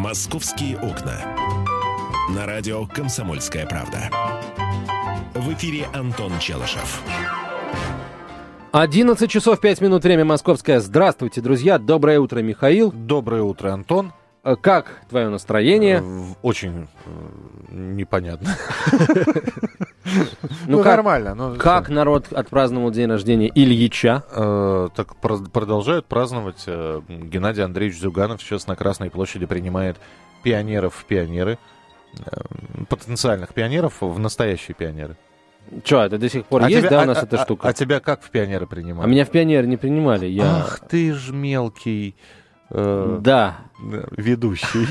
«Московские окна». На радио «Комсомольская правда». В эфире Антон Челышев. 11 часов 5 минут, время московское. Здравствуйте, друзья. Доброе утро, Михаил. Доброе утро, Антон. Как твое настроение? Очень непонятно. Ну, нормально. Как народ отпраздновал день рождения Ильича? Так продолжают праздновать. Геннадий Андреевич Зюганов сейчас на Красной площади принимает пионеров в пионеры. Потенциальных пионеров в настоящие пионеры. Че, это до сих пор есть, тебя, да, у нас эта штука? А тебя как в пионеры принимали? А меня в пионеры не принимали. Ах ты ж мелкий... Да. Ведущий.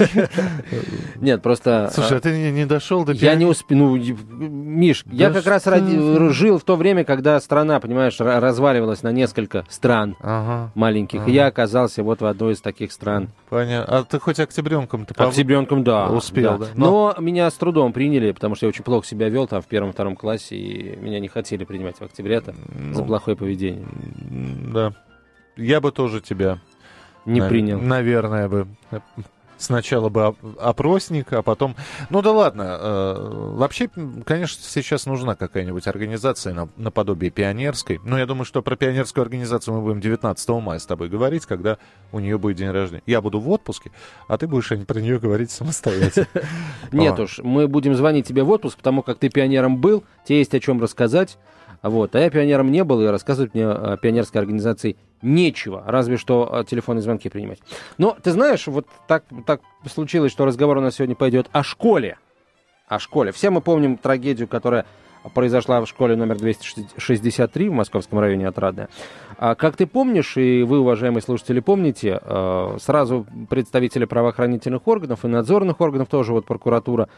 Нет, просто... Слушай, а ты не дошел до... Я не успел... Миш, я как раз жил в то время, когда страна, понимаешь, разваливалась на несколько стран маленьких. И я оказался вот в одной из таких стран. Понятно. А ты хоть октябренком-то... Октябренком, да. Успел, да. Но меня с трудом приняли, потому что я очень плохо себя вел там в первом-втором классе, и меня не хотели принимать в октябре-то за плохое поведение. Да. Я бы тоже тебя... Не принял. Наверное бы. Сначала бы опросник, а потом... Ну да ладно. Вообще, конечно, сейчас нужна какая-нибудь организация наподобие пионерской. Но я думаю, что про пионерскую организацию мы будем 19 мая с тобой говорить, когда у нее будет день рождения. Я буду в отпуске, а ты будешь про нее говорить самостоятельно. Нет уж, мы будем звонить тебе в отпуск, потому как ты пионером был, тебе есть о чем рассказать. Вот. А я пионером не был, и рассказывать мне о пионерской организации нечего, разве что телефонные звонки принимать. Но, ты знаешь, вот так случилось, что разговор у нас сегодня пойдет о школе. О школе. Все мы помним трагедию, которая произошла в школе номер 263 в Московском районе Отрадное. Как ты помнишь, и вы, уважаемые слушатели, помните, сразу представители правоохранительных органов и надзорных органов, тоже вот прокуратура,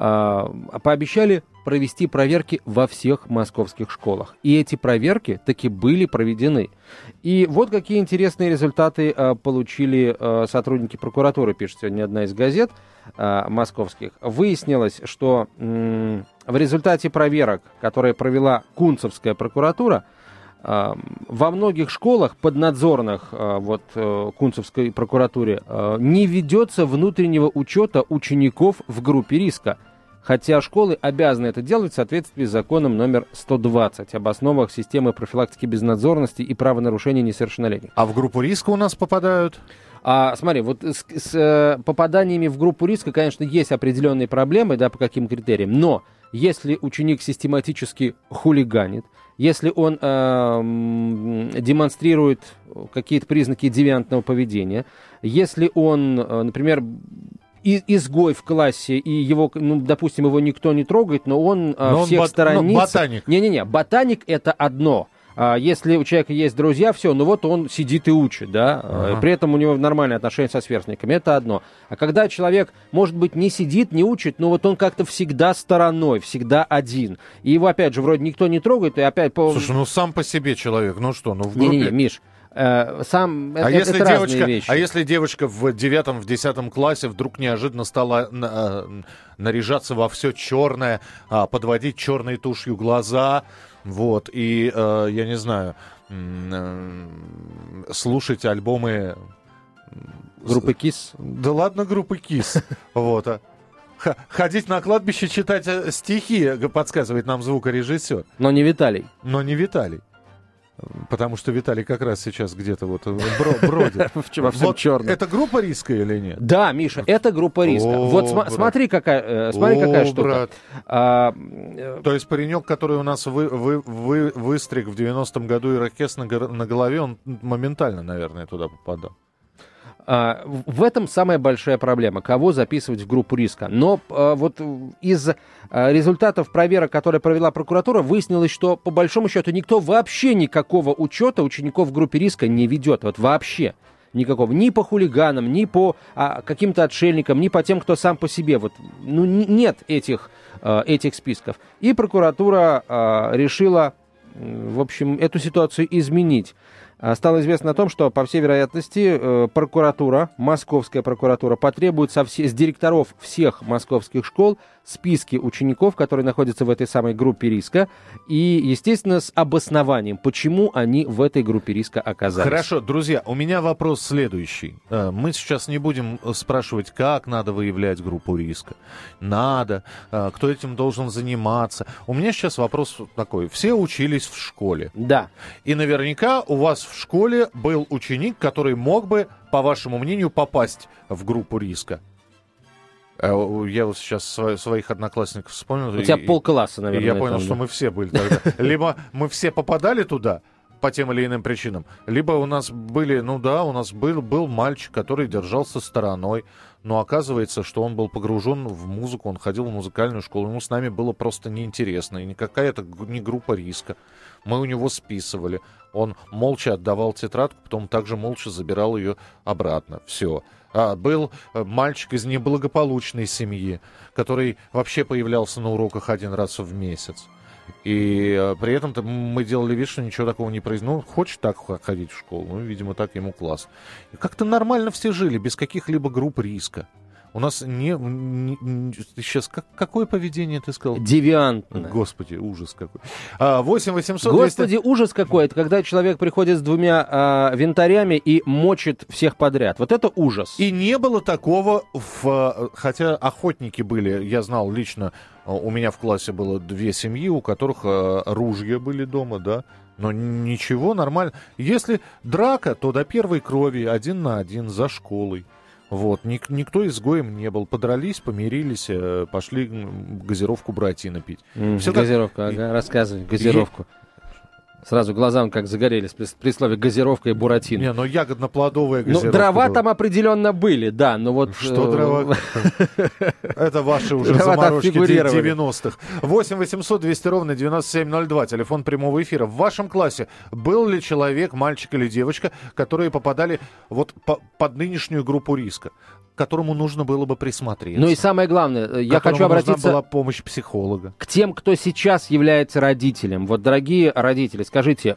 пообещали провести проверки во всех московских школах. И эти проверки таки были проведены. И вот какие интересные результаты получили сотрудники прокуратуры, пишет сегодня одна из газет московских. Выяснилось, что в результате проверок, которые провела Кунцевская прокуратура, во многих школах поднадзорных Кунцевской прокуратуре не ведется внутреннего учета учеников в группе риска. Хотя школы обязаны это делать в соответствии с законом номер 120 об основах системы профилактики безнадзорности и правонарушений несовершеннолетних. А в группу риска у нас попадают? Смотри, вот с попаданиями в группу риска, конечно, есть определенные проблемы, да, по каким критериям, но если ученик систематически хулиганит, если он демонстрирует какие-то признаки девиантного поведения, если он, например, изгой в классе, и его, допустим, его никто не трогает, но он всех сторонится. Ботаник. Не-не-не, ботаник — это одно. Если у человека есть друзья, все, вот он сидит и учит, да, при этом у него нормальные отношения со сверстниками, это одно. А когда человек, может быть, не сидит, не учит, но вот он как-то всегда стороной, всегда один, и его, опять же, вроде никто не трогает, и опять... Слушай, сам по себе человек, в группе... Не-не-не, Миш, это разные вещи. А если девочка в 9-10 классе вдруг неожиданно стала наряжаться во все черное, подводить черной тушью глаза... Вот, и, я не знаю, слушать альбомы... Группы КИС? Да ладно, группы КИС. Вот. Ходить на кладбище, читать стихи, подсказывает нам звукорежиссер. Но не Виталий. Потому что Виталий как раз сейчас где-то вот бродит. Во всем черном. Это группа риска или нет? Да, Миша, это группа риска. Вот смотри, какая штука. То есть паренек, который у нас выстриг в 90-м году ирокез на голове, он моментально, наверное, туда попадал. В этом самая большая проблема, кого записывать в группу риска. Но вот из результатов проверок, которые провела прокуратура, выяснилось, что по большому счету никто вообще никакого учета учеников в группе риска не ведет. Вот вообще никакого. Ни по хулиганам, ни по каким-то отшельникам, ни по тем, кто сам по себе. Вот, нет этих списков. И прокуратура решила, в общем, эту ситуацию изменить. стало известно о том, что, по всей вероятности, прокуратура, московская прокуратура, потребует с директоров всех московских школ списки учеников, которые находятся в этой самой группе риска, и, естественно, с обоснованием, почему они в этой группе риска оказались. Хорошо, друзья, у меня вопрос следующий. Мы сейчас не будем спрашивать, как надо выявлять группу риска. Надо, кто этим должен заниматься. У меня сейчас вопрос такой. Все учились в школе. Да. И наверняка у вас в школе был ученик, который мог бы, по вашему мнению, попасть в группу риска. Я вот сейчас своих одноклассников вспомнил. У тебя полкласса, наверное. И я понял, что мы все были тогда. Либо мы все попадали туда по тем или иным причинам, либо у нас были, у нас был мальчик, который держался стороной, но оказывается, что он был погружен в музыку, он ходил в музыкальную школу, ему с нами было просто неинтересно, и никакая это не группа риска. Мы у него списывали, он молча отдавал тетрадку, потом также молча забирал ее обратно. Все. Был мальчик из неблагополучной семьи, который вообще появлялся на уроках один раз в месяц. И при этом мы делали вид, что ничего такого не произошло. Ну, хочешь так ходить в школу? Видимо, так ему класс. И как-то нормально все жили, без каких-либо групп риска. У нас сейчас какое поведение ты сказал? Девиантное. Господи, ужас какой. 8 800 Господи, ужас какой. Это когда человек приходит с двумя винтарями и мочит всех подряд. Вот это ужас. И не было такого, хотя охотники были, я знал лично, у меня в классе было 2 семьи, у которых ружья были дома, да. Но ничего, нормально. Если драка, то до первой крови 1 на 1 за школой. Вот, никто изгоем не был. Подрались, помирились, пошли газировку братьина пить. Газировку, ага, рассказывай, газировку. Сразу глазам как загорелись при слове газировка и буратино. Не, но ягодно-плодовая газировка. Ну, дрова была. Там определенно были, да, но вот... Что дрова? Это ваши уже заморочки 90-х. 8 800 200 ровно 9702, телефон прямого эфира. В вашем классе был ли человек, мальчик или девочка, которые попадали вот под нынешнюю группу риска, к которому нужно было бы присмотреться? Ну и самое главное, я хочу обратиться... нужна была помощь психолога. К тем, кто сейчас является родителем. Вот, дорогие родители, скажите,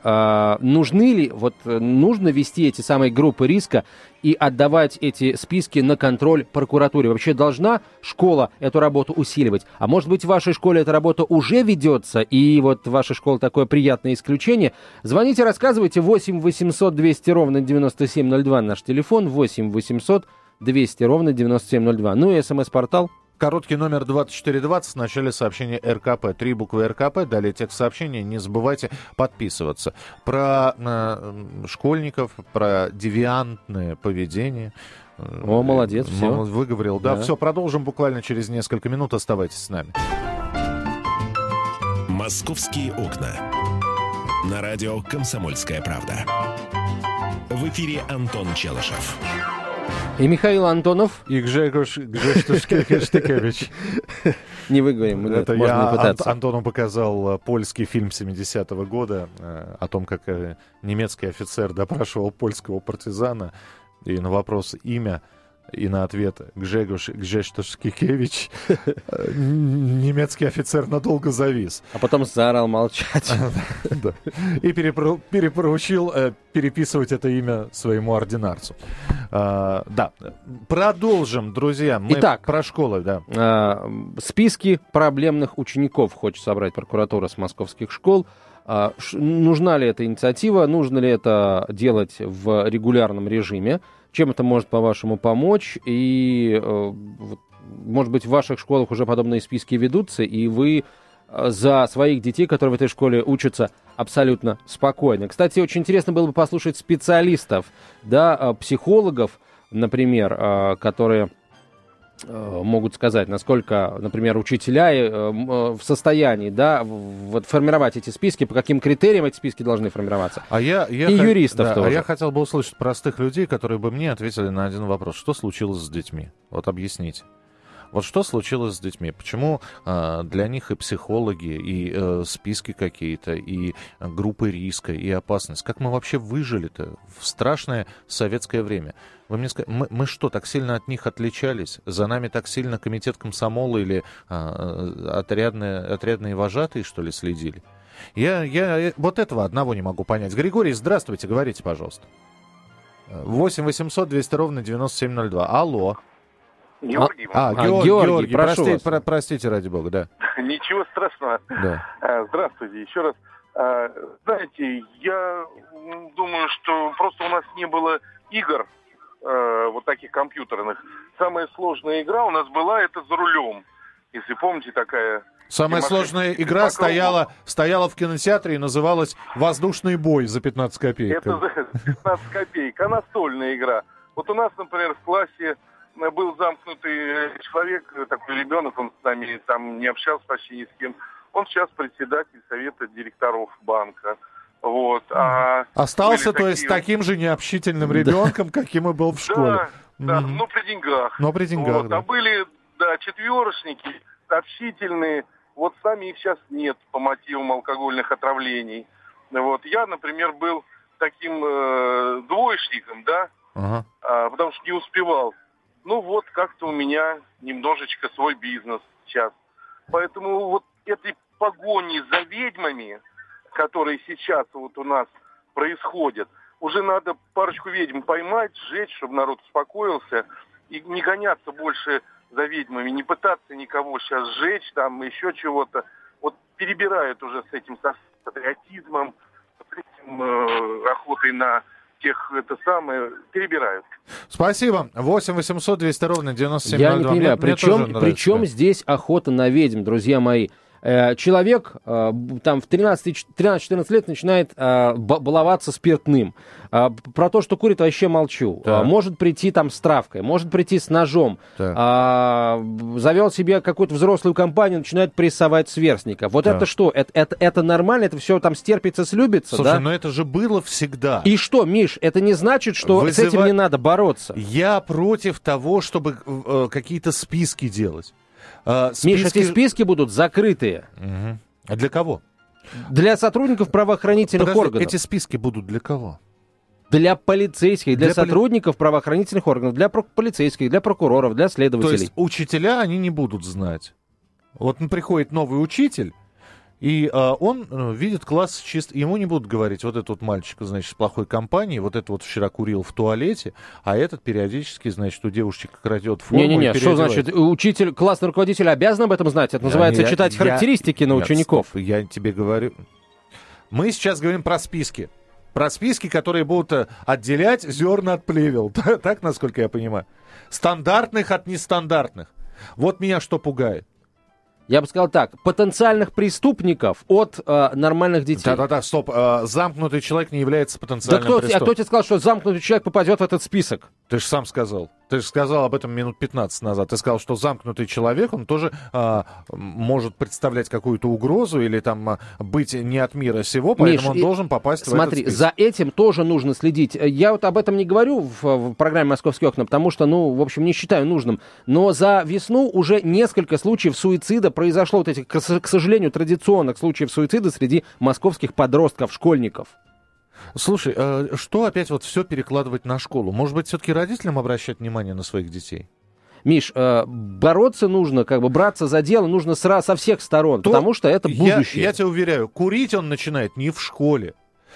нужно вести эти самые группы риска и отдавать эти списки на контроль прокуратуре? Вообще должна школа эту работу усиливать? А может быть, в вашей школе эта работа уже ведется, и вот ваша школа такое приятное исключение? Звоните, рассказывайте. 8 800 200 ровно 9702 наш телефон. 8 800 200 ровно 9702. Ну и смс-портал. Короткий номер 2420, в начале сообщения РКП. 3 буквы РКП, далее текст сообщения. Не забывайте подписываться. Про школьников, про девиантное поведение. О, молодец, все. Выговорил. Да, все, продолжим буквально через несколько минут. Оставайтесь с нами. «Московские окна». На радио «Комсомольская правда». В эфире Антон Челышев. И Михаил Антонов. И Гжегош Штыкевич. Не выговорим, это можно не пытаться. Антону показал польский фильм 70-го года о том, как немецкий офицер допрашивал польского партизана, и на вопрос имя, и на ответ Гжегош Штыкевич немецкий офицер надолго завис. А потом заорал молчать. И перепоручил переписывать это имя своему ординарцу. Да, продолжим, друзья. Итак, про школы, да. Списки проблемных учеников хочет собрать прокуратура с московских школ. Нужна ли эта инициатива? Нужно ли это делать в регулярном режиме? Чем это может, по-вашему, помочь? И, может быть, в ваших школах уже подобные списки ведутся, и вы за своих детей, которые в этой школе учатся, абсолютно спокойно. Кстати, очень интересно было бы послушать специалистов, да, психологов, например, которые могут сказать, насколько, например, учителя в состоянии, да, вот формировать эти списки, по каким критериям эти списки должны формироваться. И юристов тоже. А я хотел бы услышать простых людей, которые бы мне ответили на один вопрос. Что случилось с детьми? Вот объясните. Вот что случилось с детьми? Почему для них и психологи, и списки какие-то, и группы риска, и опасность? Как мы вообще выжили-то в страшное советское время? Вы мне скажите, мы что, так сильно от них отличались? За нами так сильно комитет комсомола или отрядные вожатые, что ли, следили? Я вот этого одного не могу понять. Григорий, здравствуйте, говорите, пожалуйста. 8 800 200 ровно 9702. Алло. Георгий. Георгий, прошу вас. Простите, ради бога, да. Ничего страшного. Да. Здравствуйте еще раз. Знаете, я думаю, что просто у нас не было игр вот таких компьютерных. Самая сложная игра у нас была, это «За рулем». Если помните, такая... Самая сложная игра стояла в кинотеатре и называлась «Воздушный бой» за 15 копеек. Это за 15 копеек. А настольная игра. Вот у нас, например, в классе был замкнутый человек, такой ребенок, он с нами там не общался почти ни с кем. Он сейчас председатель совета директоров банка. Вот. Остался, то есть, таким же необщительным ребенком, каким и был в школе. Да, но при деньгах. Но при деньгах, да. А были, четверочники, общительные. Вот сами их сейчас нет по мотивам алкогольных отравлений. Вот. Я, например, был таким двоечником, да, потому что не успевал. Ну вот, как-то у меня немножечко свой бизнес сейчас. Поэтому вот этой погони за ведьмами, которые сейчас вот у нас происходят, уже надо парочку ведьм поймать, сжечь, чтобы народ успокоился, и не гоняться больше за ведьмами, не пытаться никого сейчас сжечь, там еще чего-то. Вот перебирают уже с этим с патриотизмом, с этим охотой на тех, перебирают. Спасибо. 8 800 200 ровно 9702. Я не понимаю, причем здесь охота на ведьм, друзья мои. Человек там в 13-14 лет начинает баловаться спиртным. Про то, что курит, вообще молчу. Да. Может прийти там с травкой, может прийти с ножом. Завел себе какую-то взрослую компанию, начинает прессовать сверстников. Вот это что? Это нормально? Это все там стерпится, слюбится? Слушай, да? но это же было всегда. И что, Миш, это не значит, что с этим не надо бороться? Я против того, чтобы какие-то списки делать. Миша, эти списки будут закрытые. Угу. А для кого? Для сотрудников правоохранительных органов. Эти списки будут для кого? Для полицейских, для сотрудников правоохранительных органов, для полицейских, для прокуроров, для следователей. То есть учителя они не будут знать. Вот приходит новый учитель, и он видит класс чист. Ему не будут говорить, вот этот вот мальчик, значит, с плохой компанией, вот этот вот вчера курил в туалете, а этот периодически, значит, у девушек крадет форму. Не-не-не, что значит? Учитель, классный руководитель обязан об этом знать? Это называется читать характеристики на учеников. Стоп, я тебе говорю. Мы сейчас говорим про списки. Про списки, которые будут отделять зерна от плевел. Так, насколько я понимаю. Стандартных от нестандартных. Вот меня что пугает. Я бы сказал так, потенциальных преступников от нормальных детей. Да-да-да, стоп. Замкнутый человек не является потенциальным преступником. А кто тебе сказал, что замкнутый человек попадет в этот список? Ты же сам сказал. Ты же сказал об этом минут 15 назад. Ты сказал, что замкнутый человек, он тоже может представлять какую-то угрозу или там быть не от мира сего, поэтому он должен попасть в этот список. Смотри, за этим тоже нужно следить. Я вот об этом не говорю в программе «Московские окна», потому что, в общем, не считаю нужным. Но за весну уже несколько случаев суицида произошло, вот этих, к сожалению, традиционных случаев суицида среди московских подростков, школьников. Слушай, что опять вот все перекладывать на школу? Может быть, все-таки родителям обращать внимание на своих детей? Миш, бороться нужно, браться за дело нужно со всех сторон, потому что это будущее. Я тебя уверяю, курить он начинает не в школе.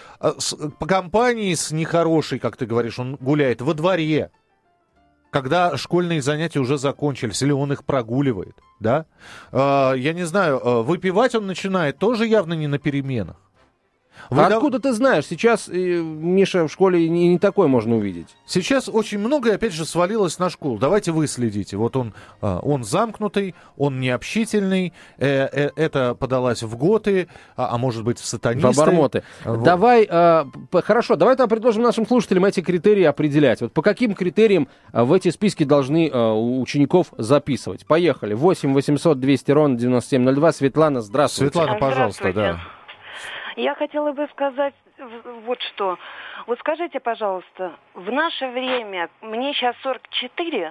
По компании с нехорошей, как ты говоришь, он гуляет во дворе. Когда школьные занятия уже закончились, или он их прогуливает, да? Я не знаю, выпивать он начинает тоже явно не на переменах. Откуда ты знаешь? Сейчас, Миша, в школе не такое можно увидеть. Сейчас очень многое, опять же, свалилось на школу. Давайте вы следите. Вот он замкнутый, он необщительный, это подалось в готы, а может быть, в сатанисты. В обормоты. Вот. Хорошо, давай тогда предложим нашим слушателям эти критерии определять. Вот по каким критериям в эти списки должны учеников записывать? Поехали. 8 800 200 ровно 9702. Светлана, здравствуйте. Светлана, пожалуйста, да. Я хотела бы сказать вот что. Вот скажите, пожалуйста, в наше время, мне сейчас 44,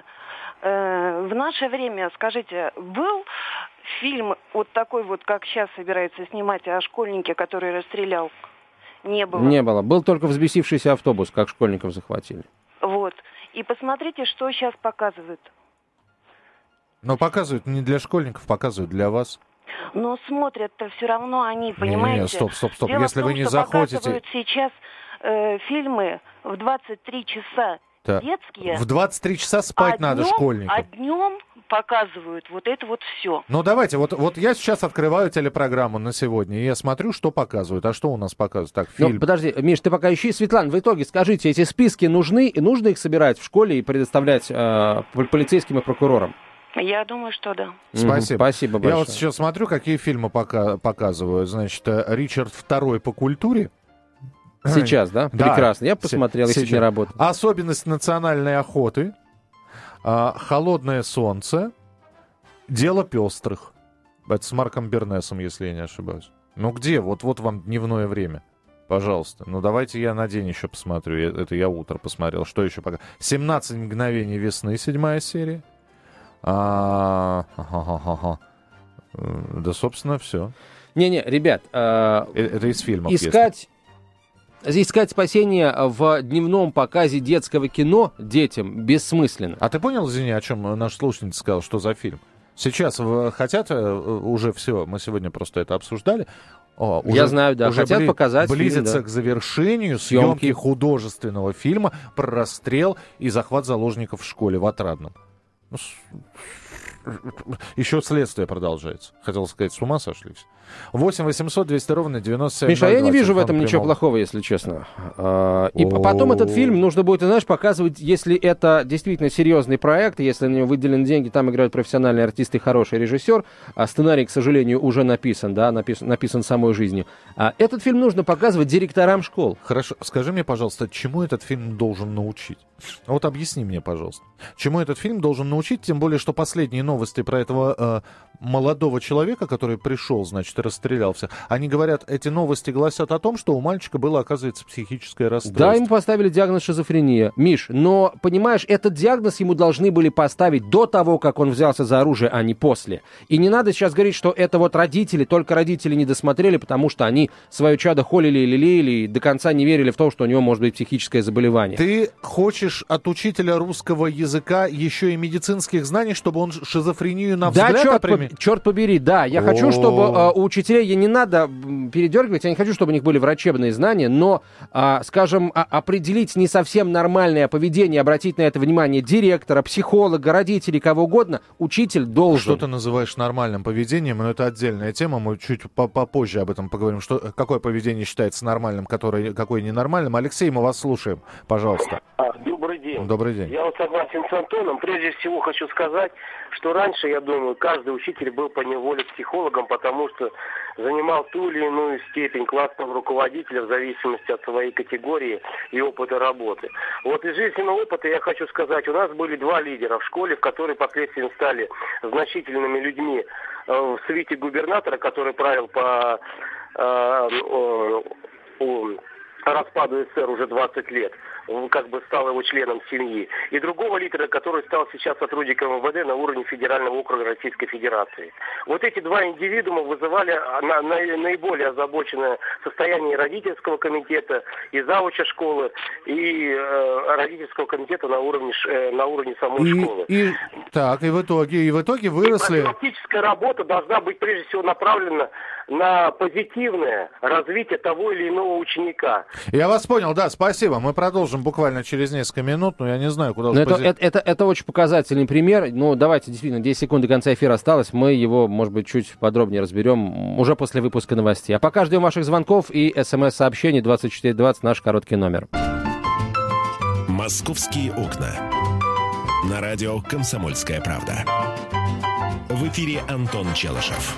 в наше время, скажите, был фильм вот такой вот, как сейчас собирается снимать, о школьнике, который расстрелял? Не было. Не было. Был только взбесившийся автобус, как школьников захватили. Вот. И посмотрите, что сейчас показывают. Но показывают не для школьников, показывают для вас. Но смотрят-то все равно они, понимаете? Не, стоп. Дело Если в том, вы не что захотите... показывают сейчас фильмы в 23 часа Да. детские. В 23 часа спать надо школьникам. А днем показывают вот это вот все. Ну, давайте, вот я сейчас открываю телепрограмму на сегодня, и я смотрю, что показывают. А что у нас показывают? Так, фильм. Ну, подожди, Миш, ты пока ищи. Светлана, в итоге скажите, эти списки нужны? И нужно их собирать в школе и предоставлять полицейским и прокурорам? Я думаю, что да. Спасибо. Спасибо большое. Я вот сейчас смотрю, какие фильмы показывают. Значит, Ричард II по культуре. Сейчас, да? Да. Прекрасно. Я посмотрел, если не работает. Особенность национальной охоты. Холодное солнце. Дело пестрых. Это с Марком Бернесом, если я не ошибаюсь. Ну где? Вот вам дневное время. Пожалуйста. Ну давайте я на день еще посмотрю. Это я утро посмотрел. Что еще пока? 17 мгновений весны, 7-я серия. Да, собственно, все. Не-не, ребят, Это из фильмов. искать спасение в дневном показе детского кино детям бессмысленно. А ты понял, извини, о чем наш слушатель сказал, что за фильм? Сейчас хотят уже все, мы сегодня просто это обсуждали. Я знаю, да, хотят показать близится фильм, да. к завершению съемки художественного фильма про расстрел и захват заложников в школе в Отрадном. Еще следствие продолжается. Хотел сказать, с ума сошлись. 8 800 200 ровно 97. Миша, я не вижу в этом ничего плохого, если честно. И потом этот фильм нужно будет, знаешь, показывать, если это действительно серьезный проект, если на него выделены деньги, там играют профессиональные артисты и хороший режиссер, а сценарий, к сожалению, уже написан, да, написан самой жизнью. Этот фильм нужно показывать директорам школ. Хорошо, скажи мне, пожалуйста, чему этот фильм должен научить? Вот объясни мне, пожалуйста. Чему этот фильм должен научить, тем более, что последние новости про этого молодого человека, который пришел, значит, и расстрелял всех, они говорят, эти новости гласят о том, что у мальчика было, оказывается, психическое расстройство. Да, ему поставили диагноз шизофрения. Миш, но, понимаешь, этот диагноз ему должны были поставить до того, как он взялся за оружие, а не после. И не надо сейчас говорить, что это вот родители, только родители не досмотрели, потому что они свое чадо холили и лелеяли и до конца не верили в то, что у него может быть психическое заболевание. Ты хочешь от учителя русского языка еще и медицинских знаний, чтобы он шизофрению на взгляд Да, черт побери, да. Я хочу, чтобы у учителей не надо передергивать, я не хочу, чтобы у них были врачебные знания, но, скажем, определить не совсем нормальное поведение, обратить на это внимание директора, психолога, родителей, кого угодно, учитель должен. Что ты называешь нормальным поведением, но это отдельная тема, мы чуть попозже об этом поговорим, какое поведение считается нормальным, какое ненормальным. Алексей, мы вас слушаем, пожалуйста. Добрый день. Добрый день. Я вот согласен с Антоном. Прежде всего хочу сказать, что раньше, я думаю, каждый учитель был поневоле психологом, потому что занимал ту или иную степень классного руководителя в зависимости от своей категории и опыта работы. Вот из жизненного опыта я хочу сказать, у нас были два лидера в школе, в которые впоследствии стали значительными людьми в свите губернатора, который правил по распаду СССР уже 20 лет, как бы стал его членом семьи. И другого лидера, который стал сейчас сотрудником МВД на уровне Федерального округа Российской Федерации. Вот эти два индивидуума вызывали наиболее озабоченное состояние родительского комитета и завуча школы, и родительского комитета на уровне самой школы. И в итоге выросли... Практическая работа должна быть прежде всего направлена на позитивное развитие того или иного ученика. Я вас понял, да, спасибо. Мы продолжим буквально через несколько минут, но я не знаю, куда... Это очень показательный пример. Ну, давайте, действительно, 10 секунд до конца эфира осталось. Мы его, может быть, чуть подробнее разберем уже после выпуска новостей. А пока ждем ваших звонков и смс-сообщений 2420, наш короткий номер. «Московские окна». На радио «Комсомольская правда». В эфире Антон Челышев.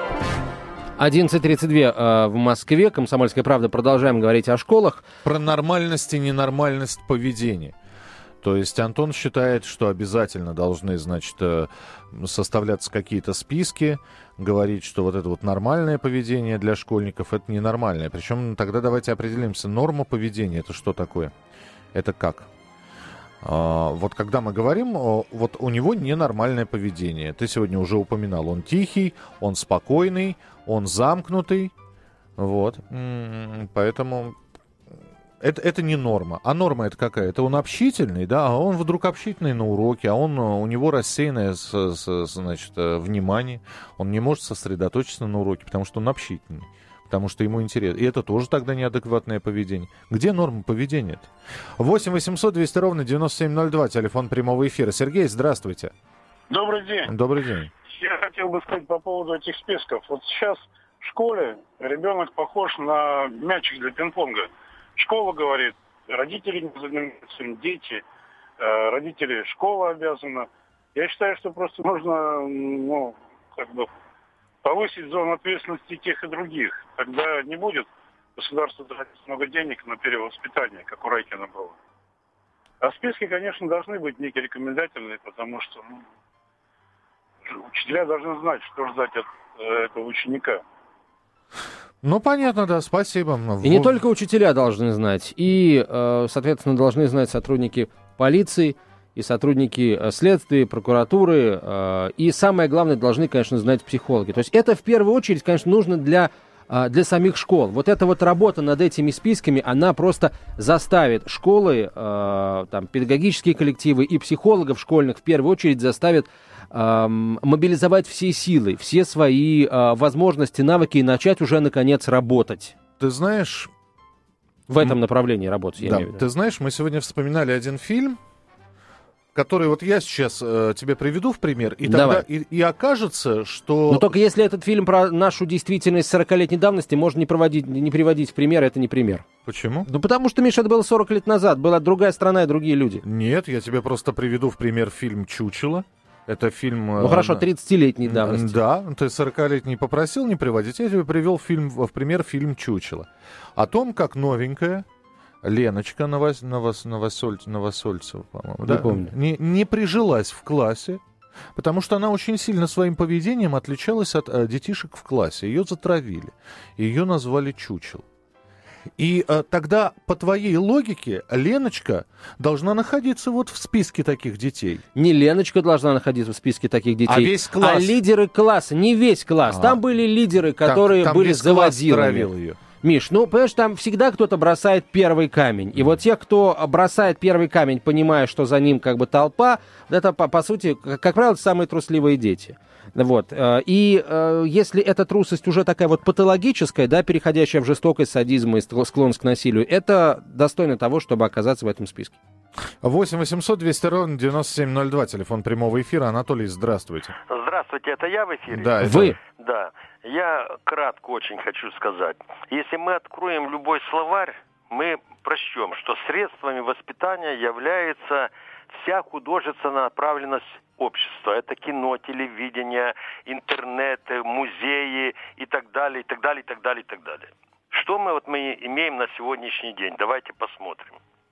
11:32 в Москве. «Комсомольская правда». Продолжаем говорить о школах. Про нормальность и ненормальность поведения. То есть Антон считает, что обязательно должны, значит, составляться какие-то списки, говорить, что вот это вот нормальное поведение для школьников, это ненормальное. Причем тогда давайте определимся, норма поведения — это что такое? Это как? Вот когда мы говорим, вот у него ненормальное поведение. Ты сегодня уже упоминал, он тихий, он спокойный, он замкнутый. Вот. Поэтому Это не норма. А норма это какая? Это он общительный, да, а он вдруг общительный на уроке, а у него рассеянное значит, внимание. Он не может сосредоточиться на уроке, потому что он общительный. Потому что ему интересно. И это тоже тогда неадекватное поведение. Где норма поведения-то? 8 800 200 ровно 9702, телефон прямого эфира. Сергей, здравствуйте. Добрый день. Добрый день. Я хотел бы сказать по поводу этих списков. Вот сейчас в школе ребенок похож на мячик для пинг-понга. Школа говорит, родители не занимаются, дети, родители, школа обязана. Я считаю, что просто нужно, повысить зону ответственности тех и других. Тогда не будет государство тратить много денег на перевоспитание, как у Райкина было. А списки, конечно, должны быть некие рекомендательные, потому что учителя должны знать, что ждать от этого ученика. Ну, понятно, да, спасибо. И не только учителя должны знать, и, соответственно, должны знать сотрудники полиции, и сотрудники следствия, прокуратуры, и самое главное, должны, конечно, знать психологи. То есть это в первую очередь, конечно, нужно для самих школ. Вот эта вот работа над этими списками, она просто заставит школы, педагогические коллективы и психологов школьных в первую очередь заставит мобилизовать все силы, все свои возможности, навыки и начать уже, наконец, работать. Ты знаешь... В этом направлении работать, я имею в виду. Ты знаешь, мы сегодня вспоминали один фильм, который вот я сейчас тебе приведу в пример, и тогда и окажется, что... Но только если этот фильм про нашу действительность 40-летней давности, можно не приводить в пример, это не пример. Почему? Ну, потому что, Миша, это было 40 лет назад, была другая страна и другие люди. Нет, я тебе просто приведу в пример фильм «Чучело». Это фильм... Ну, хорошо, 30-летней давности. Да, ты 40-летний попросил не приводить, я тебе привел в пример фильм «Чучело». О том, как новенькая Леночка Новосольцева, по-моему, не помню. Не прижилась в классе, потому что она очень сильно своим поведением отличалась от детишек в классе. Ее затравили, ее назвали чучел. И тогда, по твоей логике, Леночка должна находиться вот в списке таких детей. Не Леночка должна находиться в списке таких детей, а весь класс. А лидеры класса, не весь класс. Там были лидеры, которые там были весь класс заводилами. травил ее. Миш, ну, понимаешь, там всегда кто-то бросает первый камень. И вот те, кто бросает первый камень, понимая, что за ним как бы толпа, это, по сути, как правило, самые трусливые дети. Вот. И если эта трусость уже такая вот патологическая, да, переходящая в жестокость, садизм и склонность к насилию, это достойно того, чтобы оказаться в этом списке. 8 800 200 ровно 9702, телефон прямого эфира. Анатолий, здравствуйте. Здравствуйте, это я в эфире? Да, это... Вы. Да, я кратко очень хочу сказать. Если мы откроем любой словарь, мы прочтем, что средствами воспитания является вся художественная направленность общества. Это кино, телевидение, интернет, музеи и так далее, и так далее, и так далее, и так далее. Что мы имеем на сегодняшний день? Давайте посмотрим.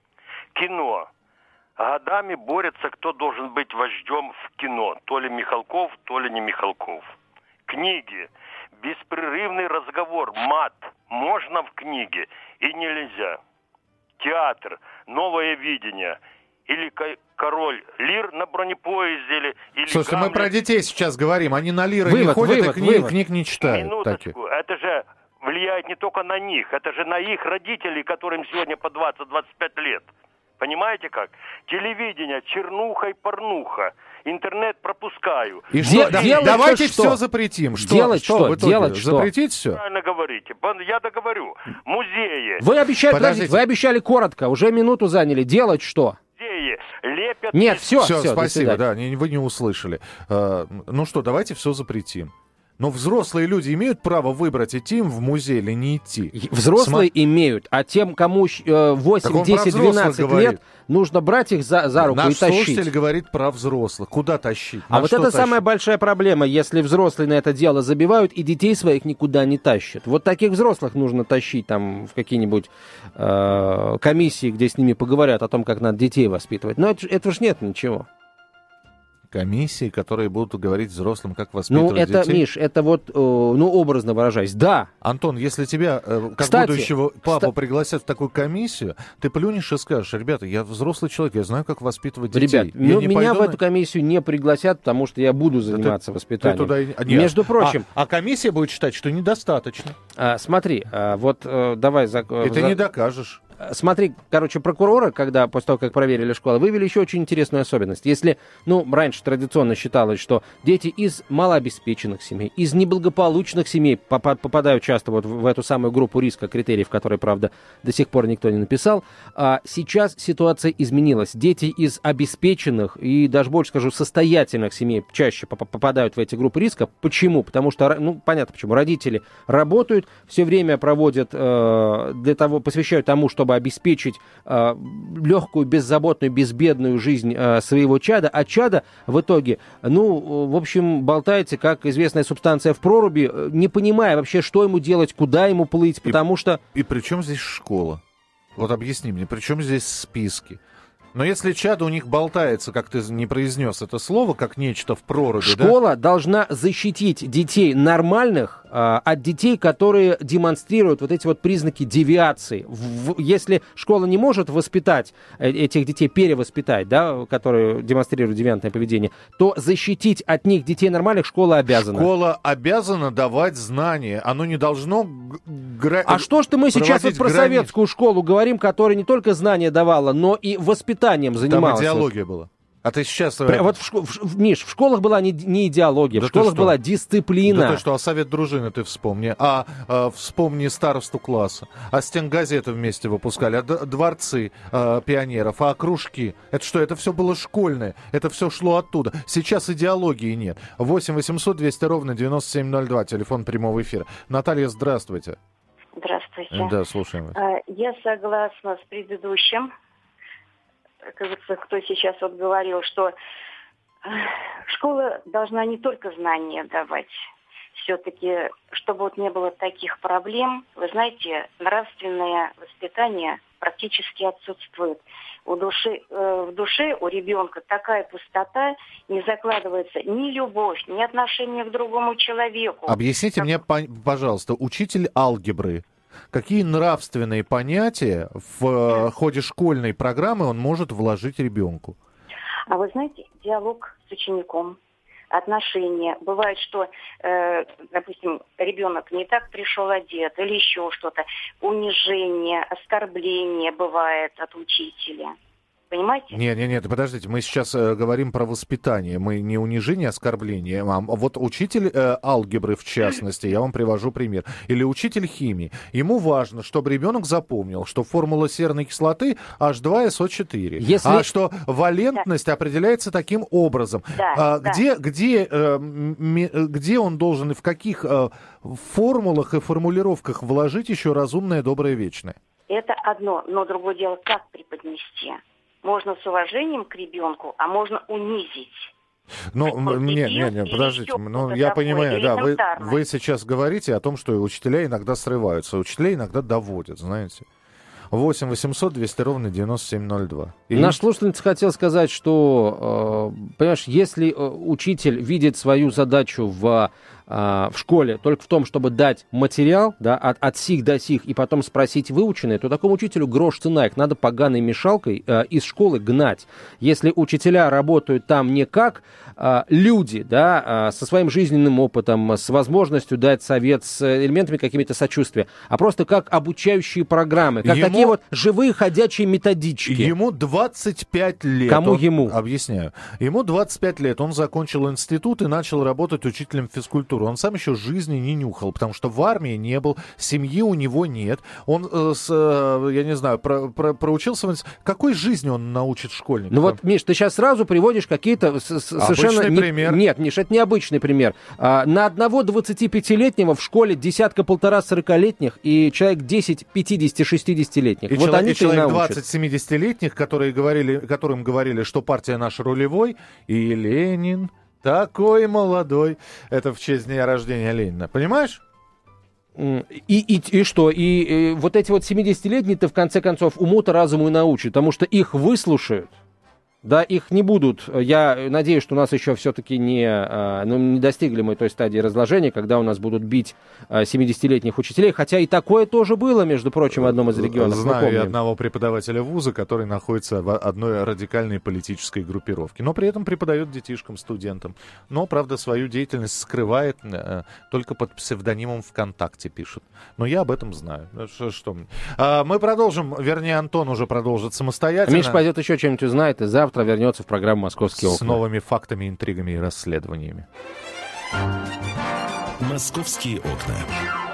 Кино. Годами борется, кто должен быть вождем в кино. То ли Михалков, то ли не Михалков. Книги. Беспрерывный разговор. Мат. Можно в книге и нельзя. Театр. Новое видение. Или король Лир на бронепоезде. Или слушай, Гамлет. мы про детей сейчас говорим. Они на Лиры не ходят и книг не читают. Минуточку. Это же влияет не только на них. Это же на их родителей, которым сегодня по 20-25 лет. Понимаете как? Телевидение, чернуха и порнуха. Интернет пропускаю. И что? Давайте что? Все запретим. Делать что? Делать что? Запретить все? Правильно говорите. Я договорю. Музеи. Вы обещали коротко. Уже минуту заняли. Делать что? Музеи лепят... Нет, все, спасибо, да, вы не услышали. Ну что, давайте все запретим. Но взрослые люди имеют право выбрать, идти им в музей или не идти. Взрослые имеют, а тем, кому 8, 10, 12 лет, нужно брать их за руку и тащить. Наш слушатель говорит про взрослых. Куда тащить? А вот это самая большая проблема, если взрослые на это дело забивают и детей своих никуда не тащат. Вот таких взрослых нужно тащить там в какие-нибудь комиссии, где с ними поговорят о том, как надо детей воспитывать. Но это ж нет ничего. Комиссии, которые будут говорить взрослым, как воспитывать детей. Ну, это, Миш, это вот, образно выражаясь, да. Антон, если тебя, как будущего папу, пригласят в такую комиссию, ты плюнешь и скажешь: ребята, я взрослый человек, я знаю, как воспитывать детей. Ребят, меня в эту комиссию не пригласят, потому что я буду заниматься воспитанием. Между прочим... А комиссия будет считать, что недостаточно. Смотри, вот давай... И ты не докажешь. смотри, короче, прокуроры, когда после того, как проверили школу, вывели еще очень интересную особенность. Если, раньше традиционно считалось, что дети из малообеспеченных семей, из неблагополучных семей попадают часто вот в эту самую группу риска критериев, которые, правда, до сих пор никто не написал, а сейчас ситуация изменилась. Дети из обеспеченных и, даже больше скажу, состоятельных семей чаще попадают в эти группы риска. Почему? Потому что, понятно почему, родители работают, все время проводят посвящают тому, чтобы обеспечить легкую, беззаботную, безбедную жизнь своего чада, а чада в итоге, в общем, болтается, как известная субстанция в проруби, не понимая вообще, что ему делать, куда ему плыть, потому что... И при чем здесь школа? Вот объясни мне, при чем здесь списки? Но если чад у них болтается, как ты не произнес это слово, как нечто в проруби, школа должна защитить детей нормальных от детей, которые демонстрируют вот эти вот признаки девиации. Если школа не может воспитать этих детей, перевоспитать, да, которые демонстрируют девиантное поведение, то защитить от них детей нормальных школа обязана. Школа обязана давать знания. Оно не должно... А что ж мы сейчас вот про советскую школу говорим, которая не только знания давала, но и воспитанием занималась? Там идеология была. А ты сейчас... Вот, Миш, в школах была не идеология, в школах была дисциплина. Да ты что, а совет дружины ты вспомни, вспомни старосту класса, а стенгазеты вместе выпускали, дворцы пионеров, кружки. Это что, это все было школьное, это все шло оттуда. Сейчас идеологии нет. 8 800 200 ровно 9702, телефон прямого эфира. Наталья, здравствуйте. Здравствуйте. Да, слушаем вас. Я согласна с предыдущим. Кажется, кто сейчас вот говорил, что школа должна не только знания давать, все-таки, чтобы вот не было таких проблем. Вы знаете, нравственное воспитание практически отсутствует. В душе у ребенка такая пустота, не закладывается ни любовь, ни отношение к другому человеку. Объясните мне, пожалуйста, учитель алгебры, какие нравственные понятия в ходе школьной программы он может вложить ребенку? А вы знаете, диалог с учеником, отношения. Бывает, что, допустим, ребенок не так пришел одет или еще что-то. Унижение, оскорбление бывает от учителя. Понимаете? Нет, подождите, мы сейчас говорим про воспитание. Мы не унижение, оскорбление. Вот учитель алгебры, в частности, я вам привожу пример. Или учитель химии. Ему важно, чтобы ребенок запомнил, что формула серной кислоты H2SO4. А что валентность определяется таким образом. Где он должен и в каких формулах и формулировках вложить еще разумное, доброе, вечное? Это одно, но другое дело, как преподнести. Можно с уважением к ребенку, а можно унизить. Нет, подождите. Я понимаю, да, вы сейчас говорите о том, что учителя иногда срываются, учителя иногда доводят, знаете. 8 800 200 ровно 9702. Наш слушательница хотел сказать, что, понимаешь, если учитель видит свою задачу в школе только в том, чтобы дать материал, да, от сих до сих, и потом спросить выученное, то такому учителю грош цена, их надо поганой мешалкой из школы гнать. Если учителя работают там не как люди, да, со своим жизненным опытом, с возможностью дать совет, с элементами какими-то сочувствия, а просто как обучающие программы, как такие вот живые ходячие методички. Ему 25 лет. Кому ему? Объясняю. Ему 25 лет, он закончил институт и начал работать учителем физкультуры. Он сам еще жизни не нюхал, потому что в армии не был, семьи у него нет. Он, я не знаю, проучился. Какой жизни он научит школьников? Ну вот, Миш, ты сейчас сразу приводишь какие-то совершенно... Обычный пример. Нет, Миш, это не обычный пример. На одного 25-летнего в школе десятка-полтора 40-летних и человек 10 50-60-летних. И вот человек 20 70-летних, которым говорили, что партия наша рулевой, и Ленин... Такой молодой. Это в честь дня рождения Ленина. Понимаешь? И что? И вот эти вот 70-летние-то в конце концов уму-то разуму и научат, потому что их выслушают. Да, их не будут. Я надеюсь, что у нас еще все-таки не достигли мы той стадии разложения, когда у нас будут бить 70-летних учителей. Хотя и такое тоже было, между прочим, в одном из регионов. Знаю и одного преподавателя вуза, который находится в одной радикальной политической группировке. Но при этом преподает детишкам, студентам. Но, правда, свою деятельность скрывает, только под псевдонимом ВКонтакте пишет. Но я об этом знаю. Что? Мы продолжим, вернее, Антон уже продолжит самостоятельно. Миша пойдет еще чем-нибудь узнает, и завтра вернется в программу «Московские окна». С новыми фактами, интригами и расследованиями. «Московские окна».